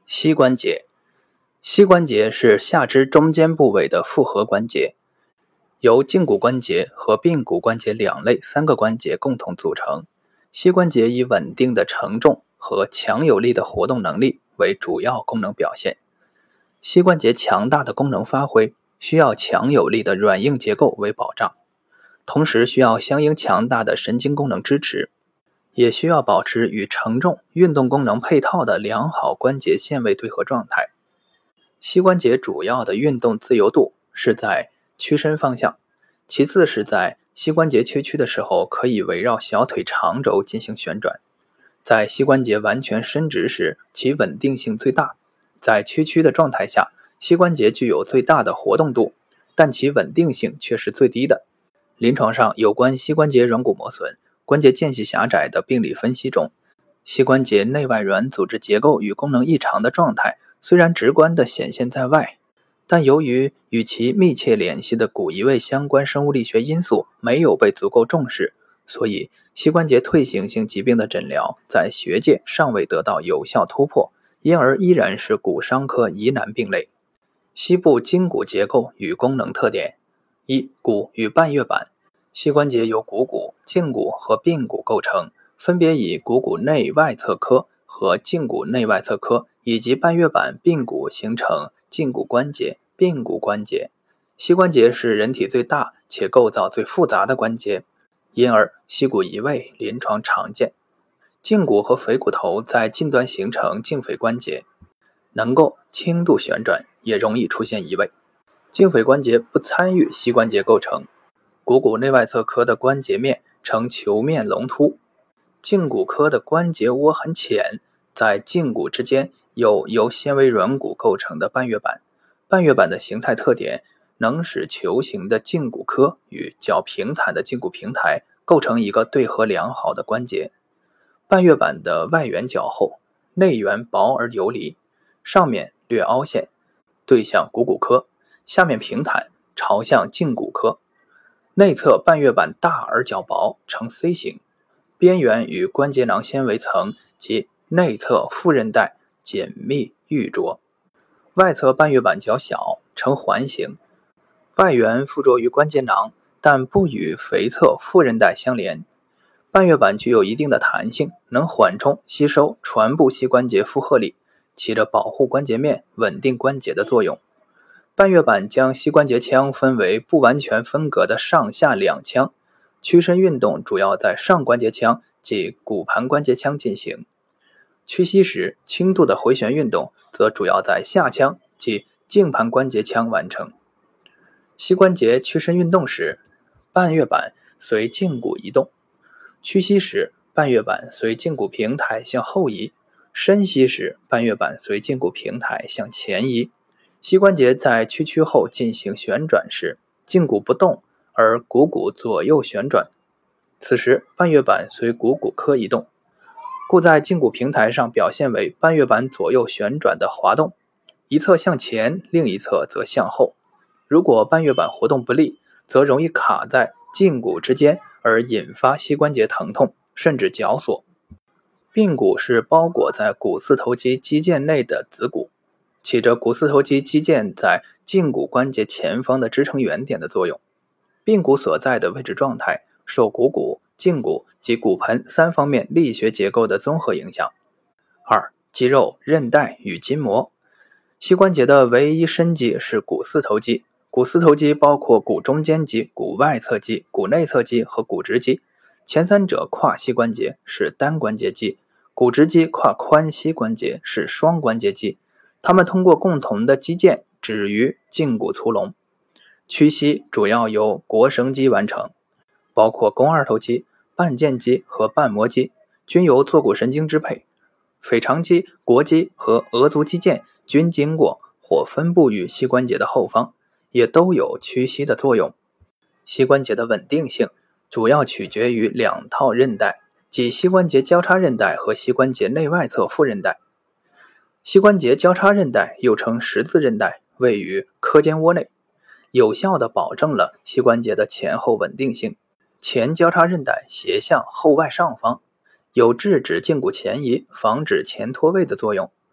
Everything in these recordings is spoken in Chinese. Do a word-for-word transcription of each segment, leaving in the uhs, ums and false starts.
膝关节，膝关节是下肢中间部位的复合关节，由胫骨关节和髌骨关节两类三个关节共同组成。膝关节以稳定的承重和强有力的活动能力为主要功能表现。膝关节强大的功能发挥，需要强有力的软硬结构为保障，同时需要相应强大的神经功能支持，也需要保持与承重、运动功能配套的良好关节线位对合状态。膝关节主要的运动自由度是在屈伸方向，其次是在膝关节屈曲的时候可以围绕小腿长轴进行旋转。在膝关节完全伸直时，其稳定性最大。在屈曲的状态下，膝关节具有最大的活动度，但其稳定性却是最低的。临床上有关膝关节软骨磨损、关节间隙狭窄的病理分析中，膝关节内外软组织结构与功能异常的状态虽然直观地显现在外，但由于与其密切联系的骨移位相关生物力学因素没有被足够重视，所以膝关节退行性疾病的诊疗在学界尚未得到有效突破，因而依然是骨伤科疑难病类。膝部筋骨结构与功能特点：一、骨与半月板。膝关节由股骨、胫骨和髌骨构成，分别以股骨内外侧髁和胫骨内外侧髁以及半月板、髌骨形成胫骨关节、髌骨关节。膝关节是人体最大且构造最复杂的关节，因而膝骨移位临床常见。胫骨和腓骨头在近端形成胫腓关节，能够轻度旋转，也容易出现移位。胫腓关节不参与膝关节构成。股骨内外侧髁的关节面呈球面隆突，胫骨髁的关节窝很浅，在胫骨之间有由纤维软骨构成的半月板。半月板的形态特点能使球形的胫骨髁与较平坦的胫骨平台构成一个对合良好的关节。半月板的外缘较厚，内缘薄而游离，上面略凹陷，对向股骨髁，下面平坦，朝向胫骨髁。内侧半月板大而较薄，呈 C 形，边缘与关节囊纤维层及内侧副韧带紧密玉着。外侧半月板较小，呈环形，外缘附着于关节囊，但不与腓侧副韧带相连。半月板具有一定的弹性，能缓冲、吸收全部膝关节负荷力，起着保护关节面、稳定关节的作用。半月板将膝关节腔分为不完全分隔的上下两腔，屈伸运动主要在上关节腔即骨盘关节腔进行，屈膝时轻度的回旋运动则主要在下腔即胫盘关节腔完成。膝关节屈伸运动时，半月板随胫骨移动，屈膝时半月板随胫骨平台向后移，伸膝时半月板随胫骨平台向前移。膝关节在屈曲后进行旋转时，胫骨不动，而股骨左右旋转，此时半月板随股骨髁移动，故在胫骨平台上表现为半月板左右旋转的滑动，一侧向前，另一侧则向后。如果半月板活动不利，则容易卡在胫骨之间，而引发膝关节疼痛，甚至绞索。髌骨是包裹在股四头肌肌腱内的子骨，起着股四头肌肌腱在胫骨关节前方的支撑原点的作用。髌骨所在的位置状态受股骨、胫骨及骨盆三方面力学结构的综合影响。二、肌肉、韧带与筋膜。膝关节的唯一伸肌是股四头肌，股四头肌包括股中间肌、股外侧肌、股内侧肌和股直肌。前三者跨膝关节是单关节肌，股直肌跨髋膝关节是双关节肌。它们通过共同的肌腱止于胫骨粗隆。屈膝主要由腘绳肌完成，包括肱二头肌、半腱肌和半膜肌，均由坐骨神经支配。腓肠肌、腘肌和额足肌腱均经过或分布于膝关节的后方，也都有屈膝的作用。膝关节的稳定性主要取决于两套韧带，即膝关节交叉韧带和膝关节内外侧副韧带。膝关节交叉韧带又称十字韧带，位于髁间窝内，有效地保证了膝关节的前后稳定性。前交叉韧带斜向后外上方，有制止胫骨前移、防止前脱位的作用。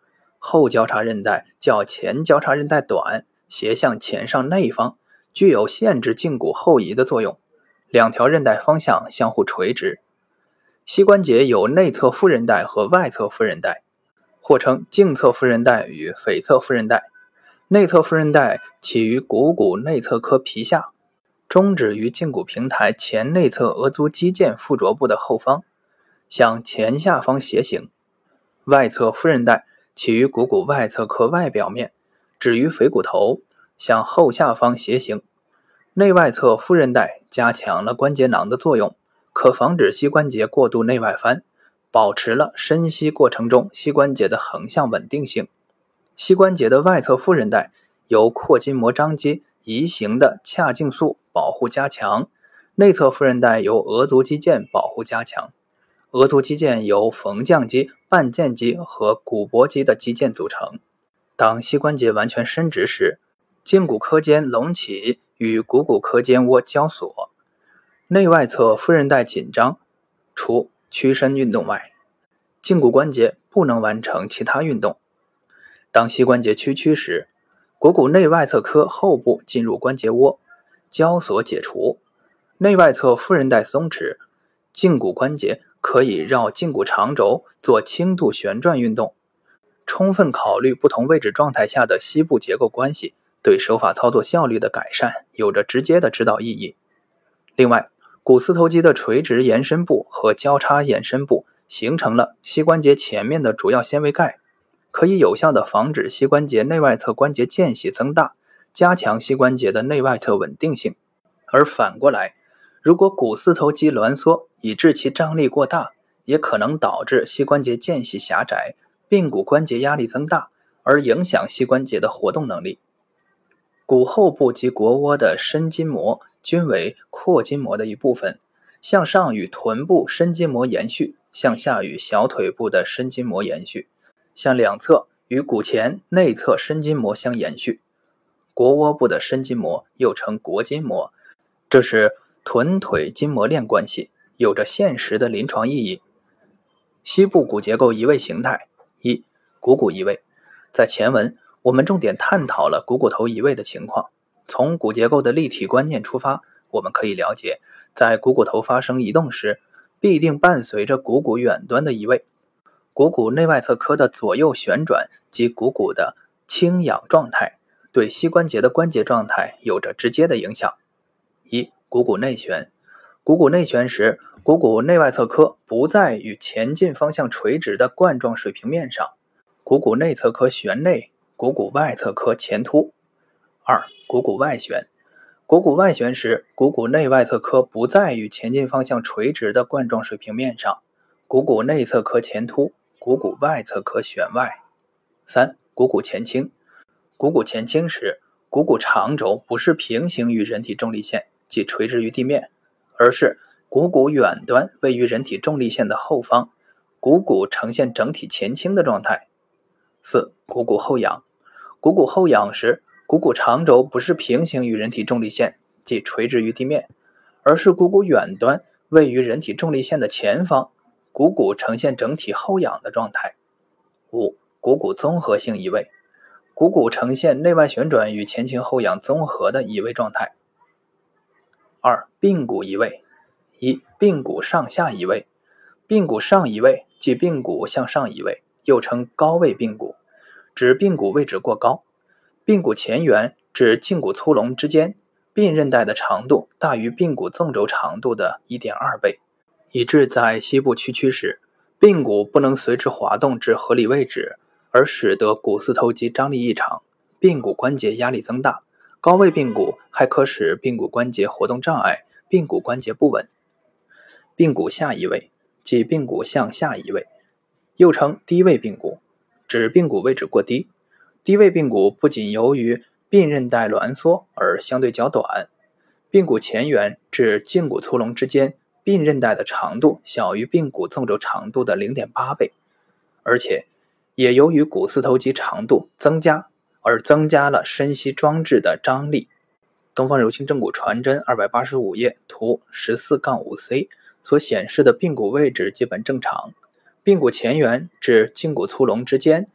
后交叉韧带较前交叉韧带短，斜向前上内方，具有限制胫骨后移的作用，两条韧带方向相互垂直。膝关节有内侧副韧带和外侧副韧带，或称颈侧副韧带与腓侧副韧带。内侧副韧带起于股骨内侧髁皮下，终止于胫骨平台前内侧额足肌腱附着部的后方，向前下方斜行。外侧副韧带起于股骨外侧髁外表面，止于腓骨头，向后下方斜行。内外侧副韧带加强了关节囊的作用，可防止膝关节过度内外翻，保持了伸膝过程中膝关节的横向稳定性。膝关节的外侧副韧带由阔筋膜张肌移行的髂胫束保护加强，内侧副韧带由额足肌腱保护加强。额足肌腱由缝降肌、半腱肌和股薄肌的肌腱组成。当膝关节完全伸直时，胫骨髁间隆起与股骨髁间窝交锁，内外侧副韧带紧张，除屈伸运动外，胫骨关节不能完成其他运动。当膝关节屈曲时，股骨内外侧髁后部进入关节窝，交锁解除，内外侧副韧带松弛，胫骨关节可以绕胫骨长轴做轻度旋转运动。充分考虑不同位置状态下的膝部结构关系，对手法操作效率的改善有着直接的指导意义。另外，股四头肌的垂直延伸部和交叉延伸部形成了膝关节前面的主要纤维盖，可以有效地防止膝关节内外侧关节间隙增大，加强膝关节的内外侧稳定性。而反过来，如果股四头肌挛缩以致其张力过大，也可能导致膝关节间隙狭窄，髌骨关节压力增大，而影响膝关节的活动能力。股后部及腘窝的深筋膜均为阔筋膜的一部分，向上与臀部深筋膜延续，向下与小腿部的深筋膜延续，向两侧与骨前内侧深筋膜相延续。腘窝部的深筋膜又称腘筋膜，这是臀腿筋膜链关系，有着现实的临床意义。膝部骨结构移位形态：一、股骨移位。在前文我们重点探讨了股骨头移位的情况。从骨结构的立体观念出发，我们可以了解，在股骨头发生移动时，必定伴随着股骨远端的移位。股骨内外侧髁的左右旋转及股骨的倾仰状态，对膝关节的关节状态有着直接的影响。一、股骨内旋。股骨内旋时，股骨内外侧髁不在与前进方向垂直的冠状水平面上，股骨内侧髁旋内，股骨外侧髁前凸。二、股骨外旋。股骨外旋时，股骨内外侧髁不在与前进方向垂直的冠状水平面上，股骨内侧髁前凸，股骨外侧髁旋外。三、股骨前倾。股骨前倾时，股骨长轴不是平行于人体重力线，即垂直于地面，而是股骨远端位于人体重力线的后方，股骨呈现整体前倾的状态。四、股骨后仰。股骨后仰时，股骨长轴不是平行于人体重力线，即垂直于地面，而是股骨远端位于人体重力线的前方，股骨呈现整体后仰的状态。五、股骨综合性移位。股骨呈现内外旋转与前倾后仰综合的移位状态。二、髌骨移位。一、髌骨上下移位。髌骨上移位即髌骨向上移位，又称高位髌骨，指髌骨位置过高。髌骨前缘至胫骨粗隆之间，髌韧带的长度大于髌骨纵轴长度的 一点二 倍，以致在膝部屈曲时，髌骨不能随之滑动至合理位置，而使得股四头肌张力异常，髌骨关节压力增大。高位髌骨还可使髌骨关节活动障碍，髌骨关节不稳。髌骨下移位即髌骨向下移位，又称低位髌骨，指髌骨位置过低。低位髌骨不仅由于髌韧带挛缩而相对较短，髌骨前缘至胫骨粗隆之间，髌韧带的长度小于髌骨纵轴长度的 零点八 倍，而且也由于股四头肌长度增加而增加了伸膝装置的张力。东方柔性正骨传真二百八十五页图 十四五 C 所显示的髌骨位置基本正常，髌骨前缘至胫骨粗隆之间，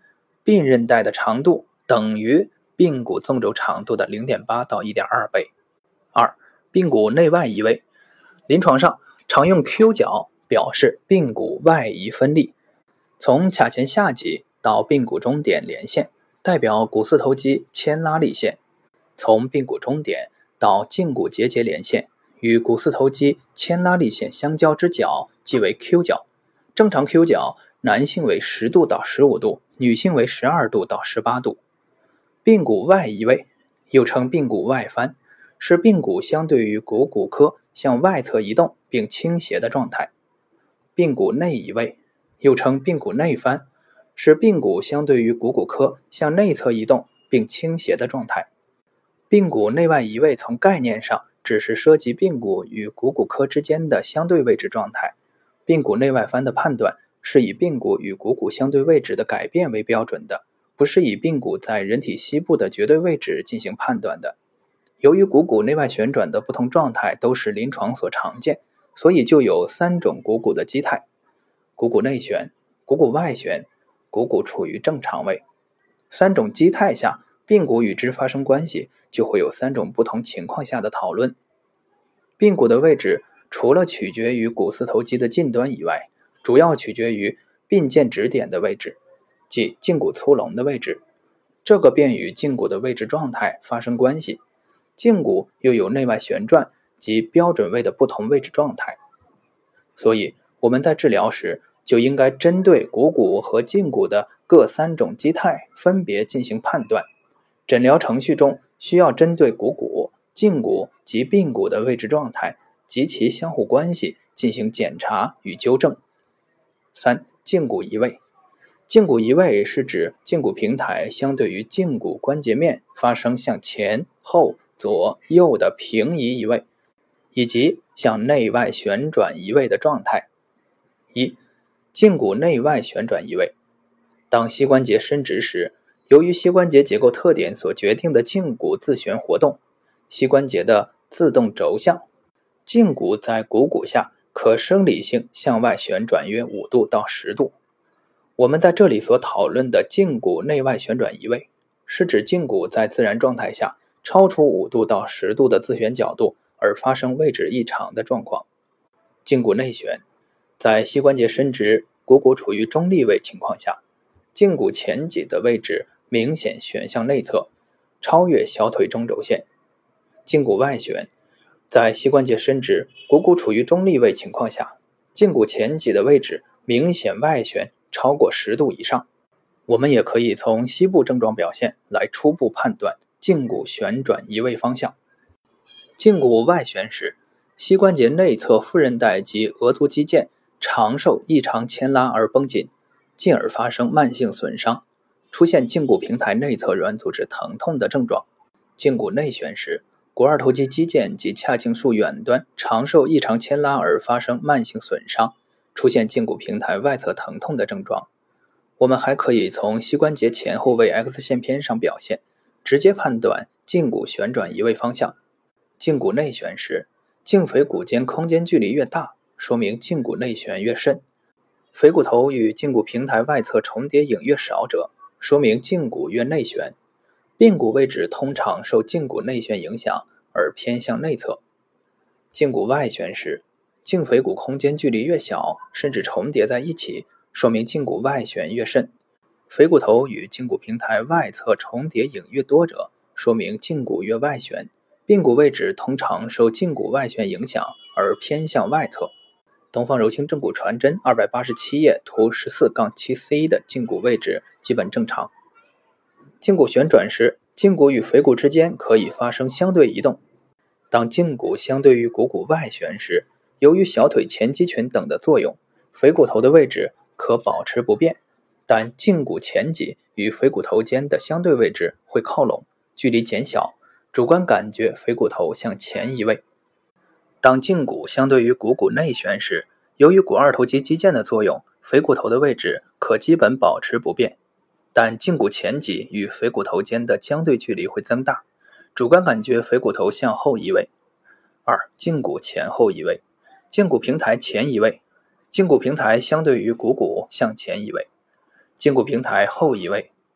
髌韧带的长度等于髌骨纵轴长度的 零点八 到 一点二 倍。二、髌骨内外移位。临床上常用 Q 角表示髌骨外移分力，从髂前下棘到髌骨中点连线，代表股四头肌牵拉力线；从髌骨中点到胫骨结节连线，与股四头肌牵拉力线相交之角即为 Q 角。正常 Q 角，男性为十度到十五度，女性为十二度到十八度。髌骨外移位，又称髌骨外翻，是髌骨相对于股骨髁向外侧移动并倾斜的状态。髌骨内移位，又称髌骨内翻，是髌骨相对于股骨髁向内侧移动并倾斜的状态。髌骨内外移位从概念上只是涉及髌骨与股骨髁之间的相对位置状态，髌骨内外翻的判断是以髌骨与股骨相对位置的改变为标准的，不是以髌骨在人体膝部的绝对位置进行判断的。由于股骨内外旋转的不同状态都是临床所常见，所以就有三种股骨的基态：股骨内旋、股骨外旋、股骨处于正常位。三种基态下，髌骨与之发生关系，就会有三种不同情况下的讨论。髌骨的位置除了取决于股四头肌的近端以外，主要取决于髌间指点的位置，即胫骨粗隆的位置，这个便与胫骨的位置状态发生关系。胫骨又有内外旋转及标准位的不同位置状态，所以我们在治疗时就应该针对股骨和胫骨的各三种基态分别进行判断。诊疗程序中需要针对股骨、胫骨及髌骨的位置状态及其相互关系进行检查与纠正。三、胫骨移位。胫骨移位是指胫骨平台相对于胫骨关节面发生向前、后、左、右的平移移位，以及向内外旋转移位的状态。一、胫骨内外旋转移位。当膝关节伸直时，由于膝关节结构特点所决定的胫骨自旋活动，膝关节的自动轴向，胫骨在股骨下可生理性向外旋转约五度到十度。我们在这里所讨论的胫骨内外旋转移位，是指胫骨在自然状态下超出五度到十度的自旋角度而发生位置异常的状况。胫骨内旋，在膝关节伸直、股骨处于中立位情况下，胫骨前棘的位置明显旋向内侧，超越小腿中轴线。胫骨外旋，在膝关节伸直、股骨处于中立位情况下，胫骨前棘的位置明显外旋超过十度以上。我们也可以从膝部症状表现来初步判断胫骨旋转移位方向。胫骨外旋时，膝关节内侧副韧带及额足肌腱常受异常牵拉而绷紧，进而发生慢性损伤，出现胫骨平台内侧软组织疼痛的症状。胫骨内旋时，股二头肌肌腱及髂胫束远端常受异常牵拉而发生慢性损伤，出现胫骨平台外侧疼痛的症状。我们还可以从膝关节前后位 X 线片上表现，直接判断胫骨旋转移位方向。胫骨内旋时，胫腓骨间空间距离越大，说明胫骨内旋越甚；腓骨头与胫骨平台外侧重叠影越少者，说明胫骨越内旋。髌骨位置通常受胫骨内旋影响而偏向内侧。胫骨外旋时，胫腓骨空间距离越小，甚至重叠在一起，说明胫骨外旋越甚；腓骨头与胫骨平台外侧重叠影越多者，说明胫骨越外旋。髌骨位置通常受胫骨外旋影响而偏向外侧。东方柔清正骨传真二百八十七页图 十四 七 C 的胫骨位置基本正常。胫骨旋转时，胫骨与腓骨之间可以发生相对移动。当胫骨相对于股骨外旋时，由于小腿前肌群等的作用，腓骨头的位置可保持不变，但胫骨前棘与腓骨头间的相对位置会靠拢，距离减小，主观感觉腓骨头向前移位。当胫骨相对于股骨内旋时，由于股二头肌肌腱的作用，腓骨头的位置可基本保持不变，但胫骨前棘与腓骨头间的相对距离会增大，主观感觉腓骨头向后移位。二、胫骨前后移位。胫骨平台前移位，胫骨平台相对于股骨向前移位。胫骨平台后移位，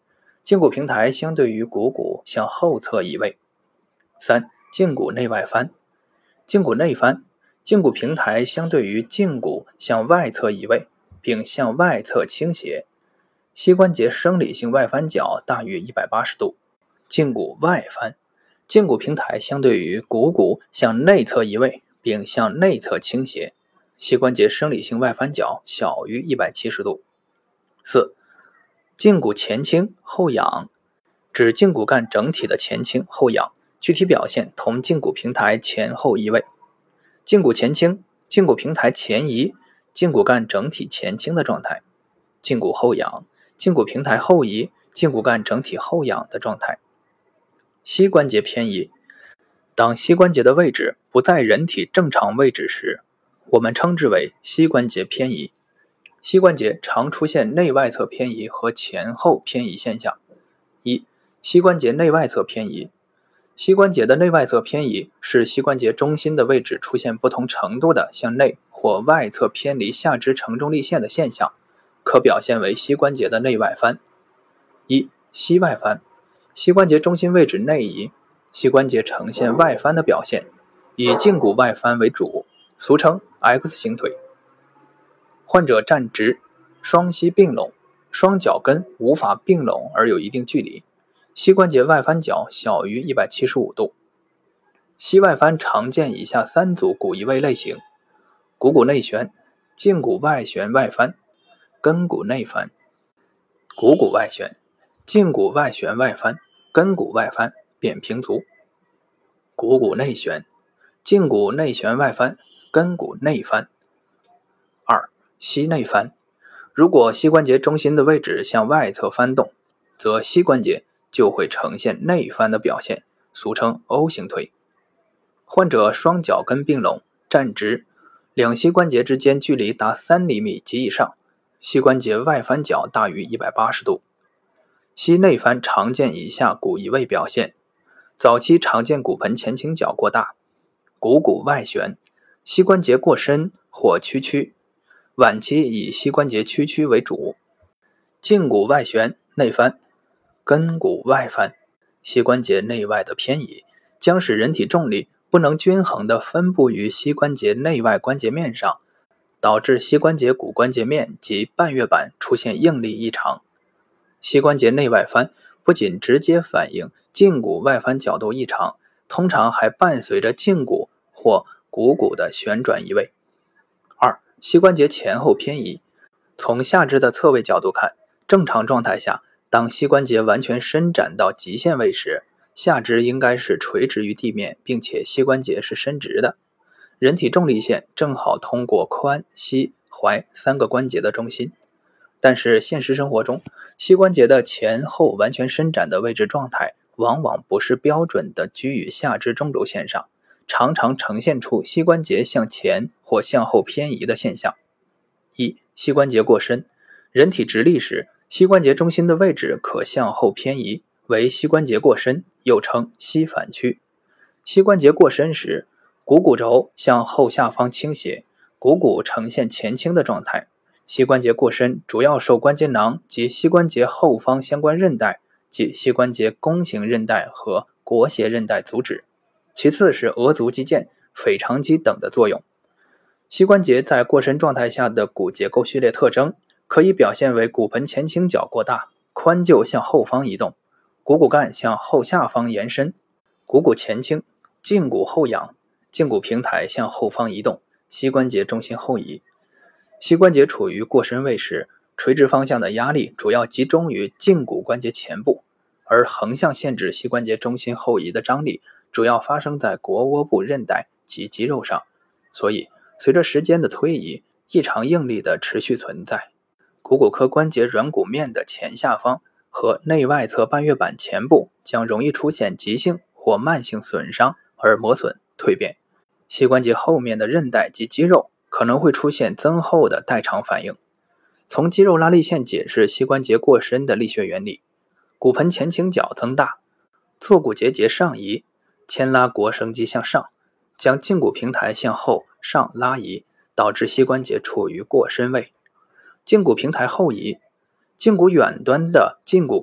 胫骨平台相对于股骨向后侧移位。三、胫骨内外翻。胫骨内翻，胫骨平台相对于胫骨向外侧移位，并向外侧倾斜，膝关节生理性外翻角大于一百八十度。胫骨外翻，胫骨平台相对于股骨向内侧移位，并向内侧倾斜，膝关节生理性外翻角小于一百七十度。四、胫骨前倾后仰，指胫骨干整体的前倾后仰，具体表现同胫骨平台前后移位。胫骨前倾，胫骨平台前移，胫骨干整体前倾的状态；胫骨后仰，胫骨平台后移，胫骨干整体后仰的状态。膝关节偏移，当膝关节的位置不在人体正常位置时，我们称之为膝关节偏移。膝关节常出现内外侧偏移和前后偏移现象。一、膝关节内外侧偏移。膝关节的内外侧偏移是膝关节中心的位置出现不同程度的向内或外侧偏离下肢承重力线的现象，可表现为膝关节的内外翻。一、膝外翻，膝关节中心位置内移，膝关节呈现外翻的表现，以胫骨外翻为主，俗称 X 型腿。患者站直，双膝并拢，双脚跟无法并拢而有一定距离，膝关节外翻角小于一百七十五度。膝外翻常见以下三组骨移位类型：股骨内旋、胫骨外旋外翻、跟骨内翻。股骨外旋、胫骨外旋外翻、跟骨外翻，扁平足。股骨内旋、胫骨内旋外翻、跟骨内翻。二、膝内翻，如果膝关节中心的位置向外侧翻动，则膝关节就会呈现内翻的表现，俗称 O 型腿。患者双脚跟并拢，站直，两膝关节之间距离达三厘米及以上，膝关节外翻角大于一百八十度。膝内翻常见以下骨移位表现：早期常见骨盆前倾角过大，股骨外旋，膝关节过深或屈曲，晚期以膝关节屈曲为主。胫骨外旋内翻、跟骨外翻，膝关节内外的偏移将使人体重力不能均衡地分布于膝关节内外关节面上，导致膝关节骨关节面及半月板出现应力异常。膝关节内外翻不仅直接反映胫骨外翻角度异常，通常还伴随着胫骨或股骨的旋转移位。二、膝关节前后偏移。从下肢的侧位角度看，正常状态下，当膝关节完全伸展到极限位时，下肢应该是垂直于地面，并且膝关节是伸直的。人体重力线正好通过髋、膝、踝三个关节的中心。但是现实生活中，膝关节的前后完全伸展的位置状态往往不是标准的居于下肢中轴线上，常常呈现出膝关节向前或向后偏移的现象。一、膝关节过深。人体直立时，膝关节中心的位置可向后偏移，为膝关节过深，又称膝反屈。膝关节过深时，股骨轴向后下方倾斜，股骨呈现前倾的状态。膝关节过深主要受关节囊及膝关节后方相关韧带，即膝关节弓形韧带和腘斜韧带阻止，其次是额足肌腱、腓肠肌等的作用。膝关节在过深状态下的骨结构序列特征可以表现为骨盆前倾角过大，髋臼向后方移动，股骨干向后下方延伸，股骨前倾，胫骨后仰，胫骨平台向后方移动，膝关节中心后移。膝关节处于过深位时，垂直方向的压力主要集中于胫骨关节前部，而横向限制膝关节中心后移的张力主要发生在腘窝部韧带及肌肉上，所以随着时间的推移，异常应力的持续存在，股骨髁关节软骨面的前下方和内外侧半月板前部将容易出现急性或慢性损伤而磨损蜕变。膝关节后面的韧带及肌肉可能会出现增厚的代偿反应。从肌肉拉力线解释膝关节过深的力学原理：骨盆前倾角增大，坐骨结节上移，牵拉腘绳肌向上，将胫骨平台向后上拉移，导致膝关节处于过深位。胫骨平台后移，胫骨远端的胫骨髁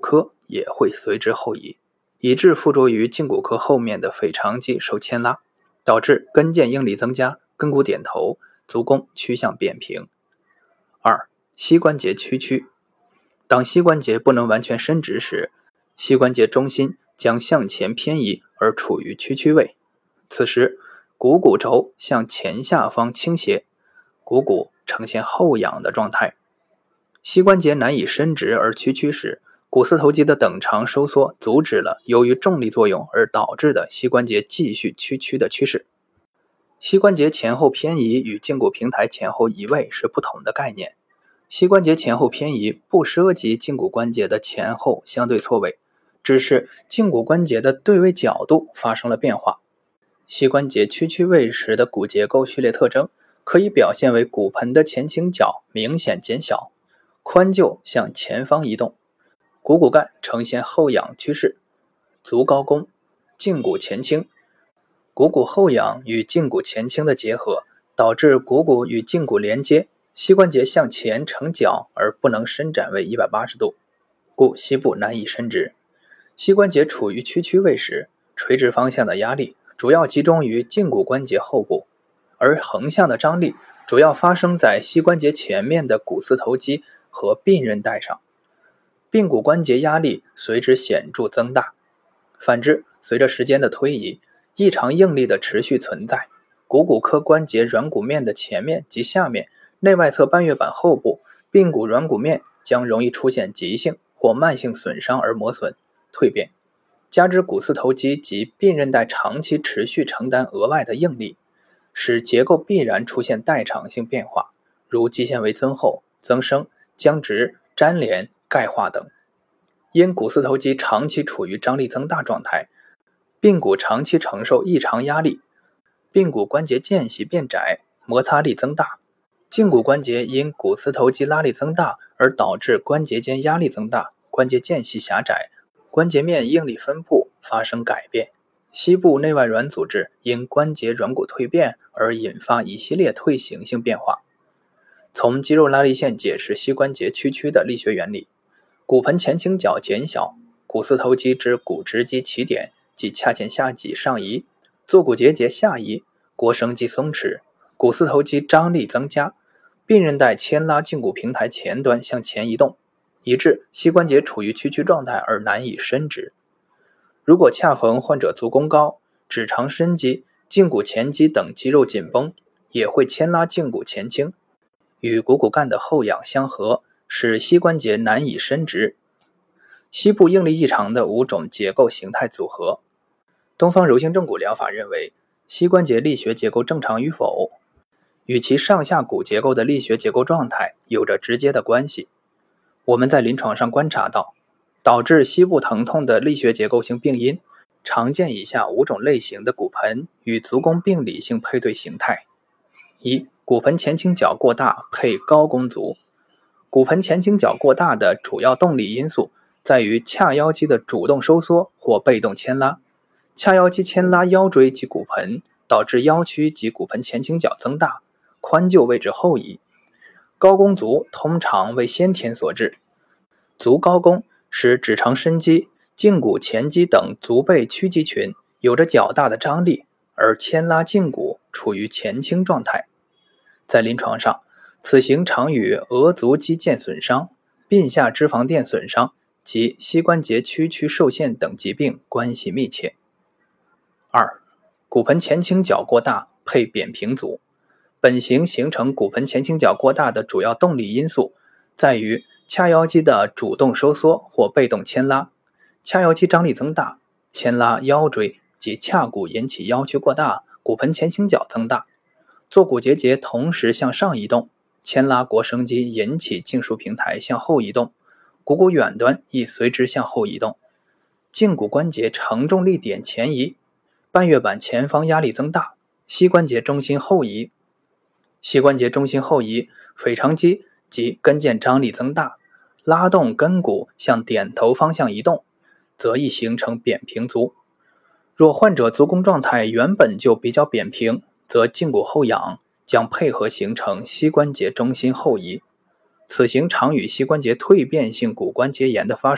也会随之后移，以致附着于胫骨髁后面的腓肠肌受牵拉，导致跟腱应力增加，跟骨点头，足弓趋向扁平。二、膝关节屈曲。当膝关节不能完全伸直时，膝关节中心将向前偏移而处于屈曲位，此时股骨轴向前下方倾斜，股骨呈现后仰的状态。膝关节难以伸直而屈曲时，股四头肌的等长收缩阻止了由于重力作用而导致的膝关节继续屈曲的趋势。膝关节前后偏移与胫骨平台前后移位是不同的概念。膝关节前后偏移不涉及胫骨关节的前后相对错位，只是胫骨关节的对位角度发生了变化。膝关节屈曲位时的骨结构序列特征可以表现为骨盆的前倾角明显减小，髋臼向前方移动，股骨干呈现后仰趋势，足高弓，胫骨前倾。股骨后仰与胫骨前倾的结合，导致股骨与胫骨连接，膝关节向前成角而不能伸展为一百八十度，故膝部难以伸直。膝关节处于屈曲位时，垂直方向的压力主要集中于胫骨关节后部，而横向的张力主要发生在膝关节前面的股四头肌和髌韧带上，髌骨关节压力随之显著增大。反之，随着时间的推移，异常应力的持续存在，股骨髁关节软骨面的前面及下面、内外侧半月板后部、髌骨软骨面将容易出现急性或慢性损伤而磨损、蜕变，加之股四头肌及髌韧带长期持续承担额外的应力，使结构必然出现代偿性变化，如肌纤维增厚、增生、僵直、粘连、钙化等。因股四头肌长期处于张力增大状态，髌骨长期承受异常压力，髌骨关节间隙变窄，摩擦力增大。胫骨关节因股四头肌拉力增大而导致关节间压力增大，关节间隙狭窄，关节面应力分布发生改变。膝部内外软组织因关节软骨蜕变而引发一系列退行性变化。从肌肉拉力线解释膝关节屈曲的力学原理。骨盆前倾角减小，股四头肌至股直肌起点即髂前下棘上移，坐骨结节下移，腘绳肌松弛，股四头肌张力增加，髌韧带牵拉胫骨平台前端向前移动，以致膝关节处于屈曲状态而难以伸直。如果恰逢患者足弓高、指肠伸肌、胫骨前肌等肌肉紧绷，也会牵拉胫骨前倾，与股骨干的后仰相合，使膝关节难以伸直。膝部应力异常的五种结构形态组合。东方柔性正骨疗法认为，膝关节力学结构正常与否，与其上下骨结构的力学结构状态有着直接的关系。我们在临床上观察到，导致膝部疼痛的力学结构性病因，常见以下五种类型的骨盆与足弓病理性配对形态。一、骨盆前倾角过大配高弓足。骨盆前倾角过大的主要动力因素在于髂腰肌的主动收缩或被动牵拉，髂腰肌牵拉腰椎及骨盆，导致腰屈及骨盆前倾角增大，髋臼位置后移。高弓足通常为先天所致，足高弓使指肠伸肌、胫骨前肌等足背屈肌群有着较大的张力，而牵拉胫骨处于前倾状态。在临床上，此型常与额足肌腱损伤、髌下脂肪垫损伤及膝关节屈曲受限等疾病关系密切。二、骨盆前倾角过大配扁平足。本型形成骨盆前倾角过大的主要动力因素在于髂腰肌的主动收缩或被动牵拉，髂腰肌张力增大，牵拉腰椎及髂骨引起腰屈过大，骨盆前倾角增大，坐骨结节同时向上移动，牵拉腘绳肌引起胫枢平台向后移动，股骨远端亦随之向后移动，胫骨关节承重力点前移，半月板前方压力增大，膝关节中心后移。膝关节中心后移，腓肠肌及跟腱张力增大，拉动跟骨向点头方向移动，则易形成扁平足。若患者足弓状态原本就比较扁平，则胫骨后仰将配合形成膝关节中心后移。此型常与膝关节蜕变性骨关节炎的发生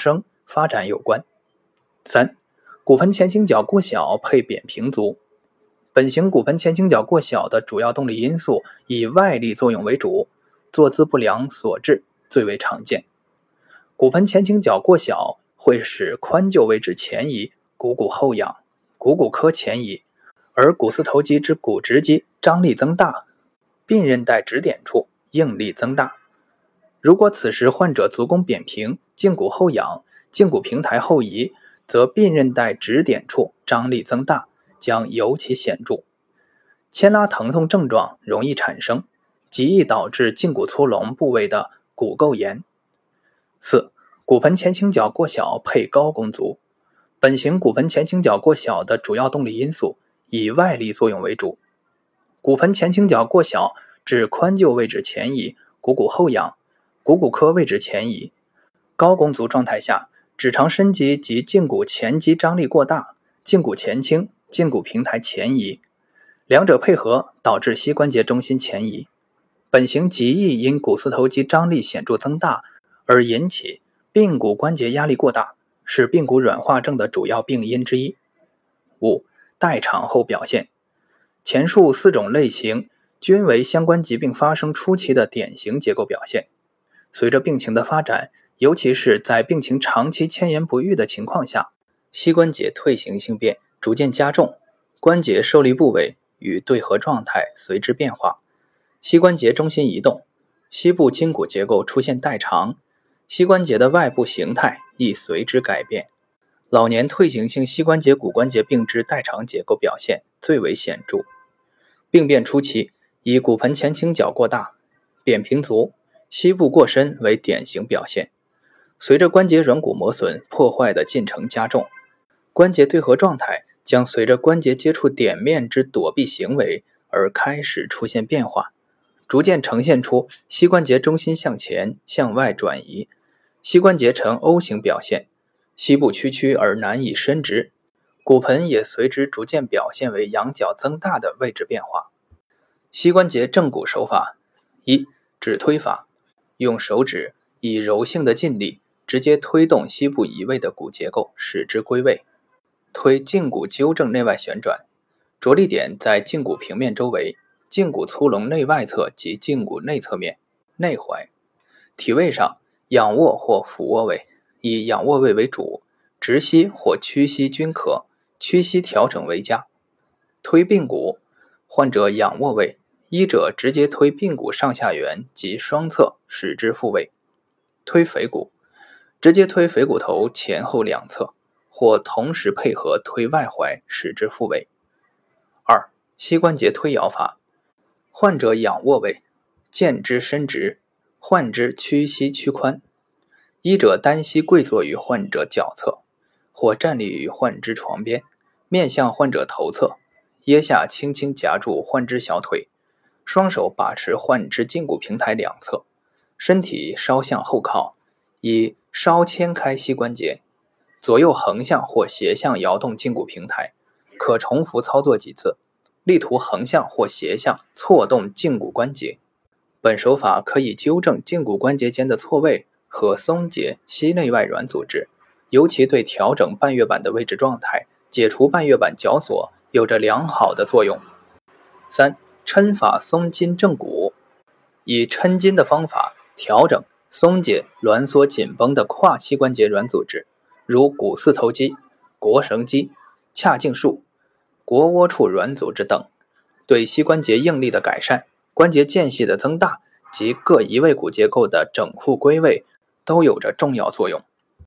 发展有关。三、骨盆前倾角过小配扁平足。本型骨盆前倾角过小的主要动力因素以外力作用为主，坐姿不良所致最为常见。骨盆前倾角过小会使髋臼位置前移，股骨后仰，股骨髁前移，而股四头肌之股直肌张力增大，髌韧带指点处应力增大。如果此时患者足弓扁平，胫骨后仰，胫骨平台后移，则髌韧带指点处张力增大，将尤其显著。牵拉疼痛症状容易产生，极易导致胫骨粗隆部位的骨垢炎。四、骨盆前倾角过小配高弓足。本型骨盆前倾角过小的主要动力因素以外力作用为主。骨盆前倾角过小致髋臼位置前移，股骨后仰，股骨髁位置前移。高弓足状态下，指肠深肌及胫骨前肌张力过大，胫骨前倾，胫骨平台前移，两者配合导致膝关节中心前移。本型极易因股四头肌张力显著增大而引起髌骨关节压力过大，是髌骨软化症的主要病因之一。五、代偿后表现。前述四种类型均为相关疾病发生初期的典型结构表现。随着病情的发展，尤其是在病情长期迁延不愈的情况下，膝关节退行性变逐渐加重，关节受力部位与对合状态随之变化，膝关节中心移动，膝部筋骨结构出现代偿，膝关节的外部形态亦随之改变。老年退行性膝关节骨关节病之代偿结构表现最为显著。病变初期以骨盆前倾角过大、扁平足、膝部过深为典型表现。随着关节软骨磨损破坏的进程加重，关节对合状态将随着关节接触点面之躲避行为而开始出现变化，逐渐呈现出膝关节中心向前向外转移，膝关节呈 O 型表现，膝部屈曲而难以伸直，骨盆也随之逐渐表现为仰角增大的位置变化。膝关节正骨手法。一、指推法。用手指以柔性的劲力直接推动膝部移位的骨结构，使之归位。推胫骨纠正内外旋转，着力点在胫骨平面周围，胫骨粗隆内外侧及胫骨内侧面、内踝。体位上，仰卧或俯卧位，以仰卧位为主，直膝或屈膝均可，屈膝调整为佳。推髌骨，患者仰卧位，医者直接推髌骨上下缘及双侧，使之复位。推腓骨，直接推腓骨头前后两侧，或同时配合推外踝，使之复位。二、膝关节推摇法。患者仰卧位，剑肢伸直，患肢屈膝屈髋。医者单膝跪坐于患者脚侧，或站立于患肢床边，面向患者头侧，腋下轻轻夹住患肢小腿，双手把持患肢胫骨平台两侧，身体稍向后靠，以稍牵开膝关节，左右横向或斜向摇动胫骨平台，可重复操作几次，力图横向或斜向错动胫骨关节。本手法可以纠正胫骨关节间的错位和松解膝内外软组织，尤其对调整半月板的位置状态、解除半月板绞索有着良好的作用。三、抻法松筋正骨。以抻筋的方法调整、松解挛缩紧绷的跨膝关节软组织，如股四头肌、腘绳肌、髂胫束、腘窝处软组织等，对膝关节应力的改善、关节间隙的增大及各移位骨结构的整复归位都有着重要作用。